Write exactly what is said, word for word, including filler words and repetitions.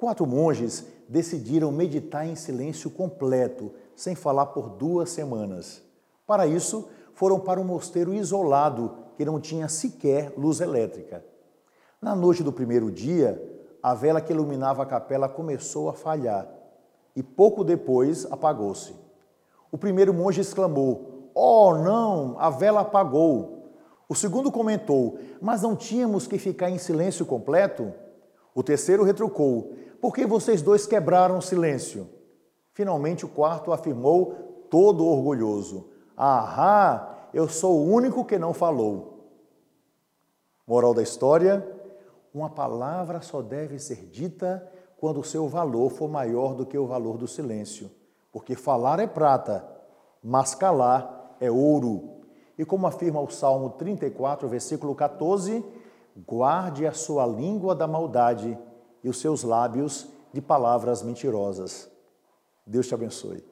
Quatro monges decidiram meditar em silêncio completo, sem falar por duas semanas. Para isso, foram para um mosteiro isolado, que não tinha sequer luz elétrica. Na noite do primeiro dia, a vela que iluminava a capela começou a falhar e pouco depois apagou-se. O primeiro monge exclamou: "Oh, não, a vela apagou!" O segundo comentou: "Mas não tínhamos que ficar em silêncio completo?" O terceiro retrucou: "Por que vocês dois quebraram o silêncio?" Finalmente o quarto afirmou, todo orgulhoso: "Ahá, eu sou o único que não falou." Moral da história: uma palavra só deve ser dita quando o seu valor for maior do que o valor do silêncio. Porque falar é prata, mas calar é ouro. E como afirma o Salmo trinta e quatro, versículo quatorze, guarde a sua língua da maldade e os seus lábios de palavras mentirosas. Deus te abençoe.